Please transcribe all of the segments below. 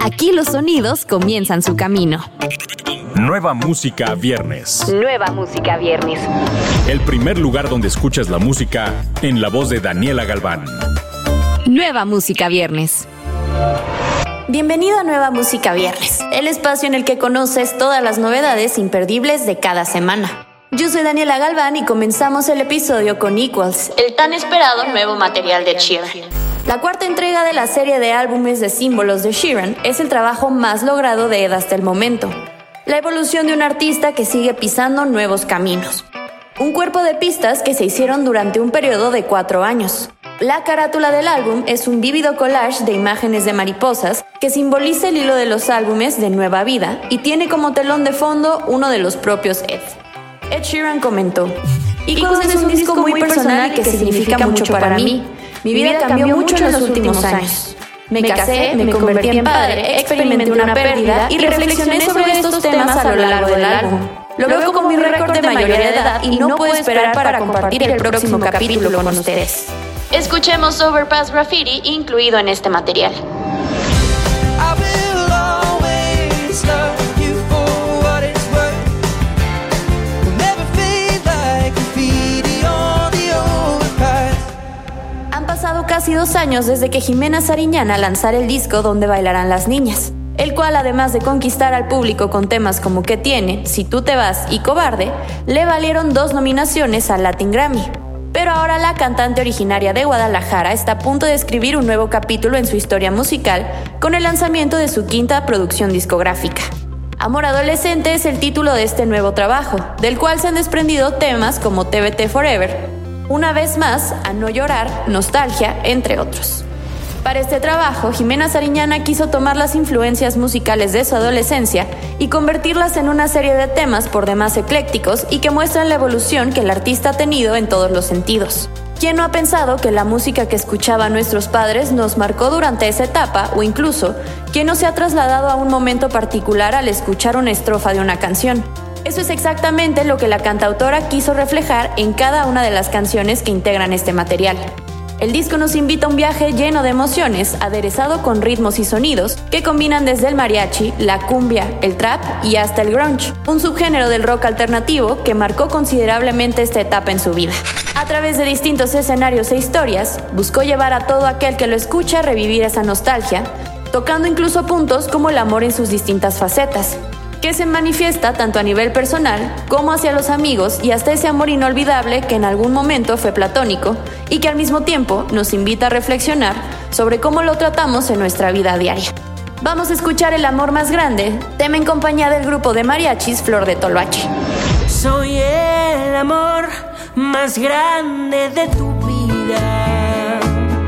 Aquí los sonidos comienzan su camino. Nueva Música Viernes. Nueva Música Viernes. El primer lugar donde escuchas la música en la voz de Daniela Galván. Nueva Música Viernes. Bienvenido a Nueva Música Viernes, el espacio en el que conoces todas las novedades imperdibles de cada semana. Yo soy Daniela Galván y comenzamos el episodio con Equals, el tan esperado nuevo material de Sheeran. La cuarta entrega de la serie de álbumes de símbolos de Sheeran es el trabajo más logrado de Ed hasta el momento. La evolución de un artista que sigue pisando nuevos caminos. Un cuerpo de pistas que se hicieron durante un periodo de 4 años. La carátula del álbum es un vívido collage de imágenes de mariposas que simboliza el hilo de los álbumes de Nueva Vida y tiene como telón de fondo uno de los propios Ed. Ed Sheeran comentó: Equals es un disco muy personal que significa mucho para mí. Mi vida cambió mucho en los últimos años. Me casé, me convertí en padre, experimenté una pérdida y reflexioné sobre estos temas a lo largo del álbum. Lo veo como mi récord de mayoría de edad y no puedo esperar para compartir el próximo capítulo con ustedes. Escuchemos Overpass Graffiti incluido en este material. Han pasado casi 2 años desde que Jimena Sariñana lanzara el disco Donde Bailarán las Niñas, el cual, además de conquistar al público con temas como ¿Qué tiene?, Si tú te vas y Cobarde, le valieron 2 nominaciones al Latin Grammy. Pero ahora la cantante originaria de Guadalajara está a punto de escribir un nuevo capítulo en su historia musical con el lanzamiento de su quinta producción discográfica. Amor Adolescente es el título de este nuevo trabajo, del cual se han desprendido temas como TBT Forever, Una vez más, A no llorar, Nostalgia, entre otros. Para este trabajo, Jimena Sariñana quiso tomar las influencias musicales de su adolescencia y convertirlas en una serie de temas por demás eclécticos y que muestran la evolución que el artista ha tenido en todos los sentidos. ¿Quién no ha pensado que la música que escuchaban nuestros padres nos marcó durante esa etapa, o incluso, quién no se ha trasladado a un momento particular al escuchar una estrofa de una canción? Eso es exactamente lo que la cantautora quiso reflejar en cada una de las canciones que integran este material. El disco nos invita a un viaje lleno de emociones, aderezado con ritmos y sonidos que combinan desde el mariachi, la cumbia, el trap y hasta el grunge, un subgénero del rock alternativo que marcó considerablemente esta etapa en su vida. A través de distintos escenarios e historias, buscó llevar a todo aquel que lo escucha a revivir esa nostalgia, tocando incluso puntos como el amor en sus distintas facetas, que se manifiesta tanto a nivel personal como hacia los amigos y hasta ese amor inolvidable que en algún momento fue platónico y que al mismo tiempo nos invita a reflexionar sobre cómo lo tratamos en nuestra vida diaria. Vamos a escuchar El amor más grande, tema en compañía del grupo de mariachis Flor de Toloache. Soy el amor más grande de tu vida.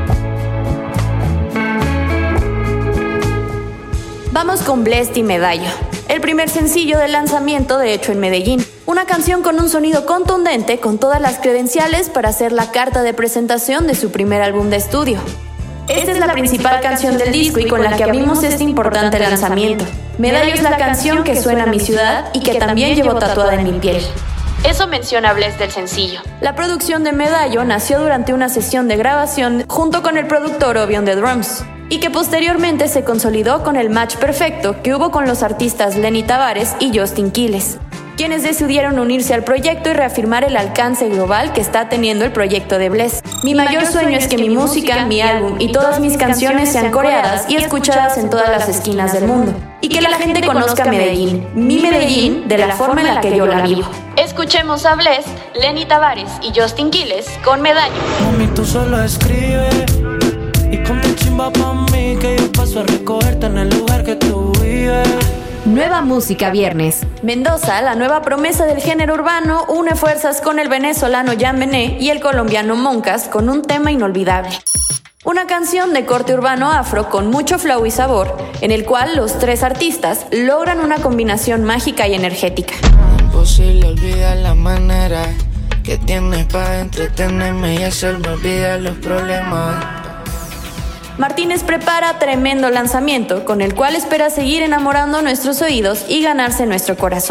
Vamos con Blessed y Medallo, el primer sencillo del lanzamiento de hecho en Medellín. Una canción con un sonido contundente con todas las credenciales para ser la carta de presentación de su primer álbum de estudio. Esta es la principal canción del disco y con la que abrimos este importante lanzamiento. Medallo es la canción que suena a mi ciudad y que también llevo tatuada en mi piel. Eso menciona Bless del sencillo. La producción de Medallo nació durante una sesión de grabación junto con el productor Obion de Drums, y que posteriormente se consolidó con el match perfecto que hubo con los artistas Lenny Tavares y Justin Quiles, quienes decidieron unirse al proyecto y reafirmar el alcance global que está teniendo el proyecto de Bless. Mi mayor sueño es que mi música, mi álbum y todas mis canciones sean coreadas y escuchadas en todas las esquinas del mundo, y que la gente conozca Medellín, mi Medellín, de la forma en la que yo la vivo. Escuchemos a Bless, Lenny Tavares y Justin Quiles con Medallo. Mami, tú solo escribes y ponte chimba pa' mí que yo paso a recogerte en el lugar que tú vives. Nueva Música Viernes. Mendoza, la nueva promesa del género urbano, une fuerzas con el venezolano Jan Bené y el colombiano Moncas con un tema inolvidable. Una canción de corte urbano afro con mucho flow y sabor, en el cual los 3 artistas logran una combinación mágica y energética. Imposible olvidar la manera que tienes para entretenerme y hacerme olvidar los problemas. Martínez prepara tremendo lanzamiento con el cual espera seguir enamorando nuestros oídos y ganarse nuestro corazón.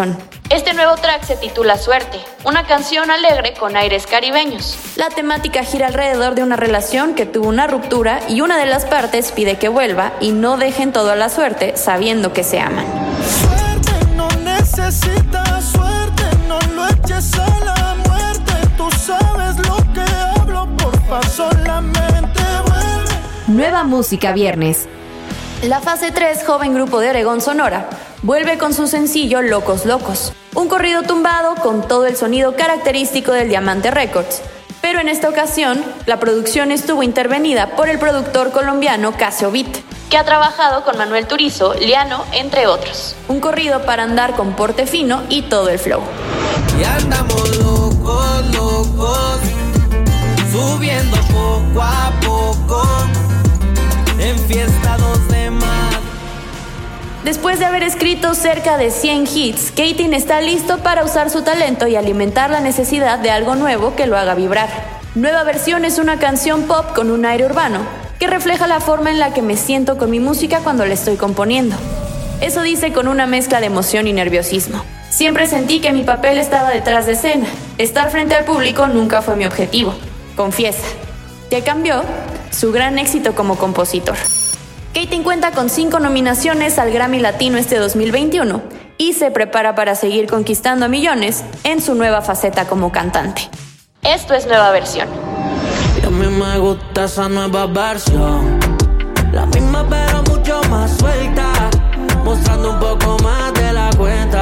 Este nuevo track se titula Suerte, una canción alegre con aires caribeños. La temática gira alrededor de una relación que tuvo una ruptura y una de las partes pide que vuelva y no dejen todo a la suerte sabiendo que se aman. Suerte no necesitas suerte, no lo eches a la muerte. Tú sabes lo que hablo, porfa, solamente vuelve. Nueva música viernes. La fase 3, joven grupo de Oregón, Sonora, vuelve con su sencillo Locos Locos, un corrido tumbado con todo el sonido característico del Diamante Records, pero en esta ocasión la producción estuvo intervenida por el productor colombiano Casio Beat, que ha trabajado con Manuel Turizo, Liano, entre otros. Un corrido para andar con porte fino y todo el flow. Y andamos locos, locos, subiendo poco a poco, en fiesta 2 de mayo. Después de haber escrito cerca de 100 hits, Keating está listo para usar su talento y alimentar la necesidad de algo nuevo que lo haga vibrar. Nueva Versión es una canción pop con un aire urbano, que refleja la forma en la que me siento con mi música cuando la estoy componiendo. Eso dice con una mezcla de emoción y nerviosismo. Siempre sentí que mi papel estaba detrás de escena. Estar frente al público nunca fue mi objetivo, confiesa. ¿Qué cambió? Su gran éxito como compositor. Keating cuenta con 5 nominaciones al Grammy Latino este 2021 y se prepara para seguir conquistando a millones en su nueva faceta como cantante. Esto es Nueva Versión. Y a mí me gusta esa nueva versión, la misma pero mucho más suelta, mostrando un poco más de la cuenta.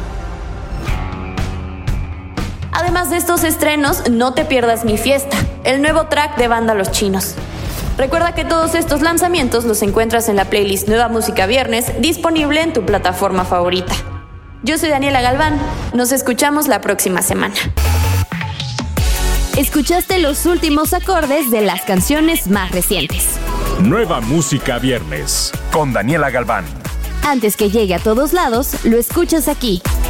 Además de estos estrenos, no te pierdas Mi Fiesta, el nuevo track de Banda Los Chinos. Recuerda que todos estos lanzamientos los encuentras en la playlist Nueva Música Viernes, disponible en tu plataforma favorita. Yo soy Daniela Galván, nos escuchamos la próxima semana. Escuchaste los últimos acordes de las canciones más recientes. Nueva Música Viernes con Daniela Galván. Antes que llegue a todos lados, lo escuchas aquí.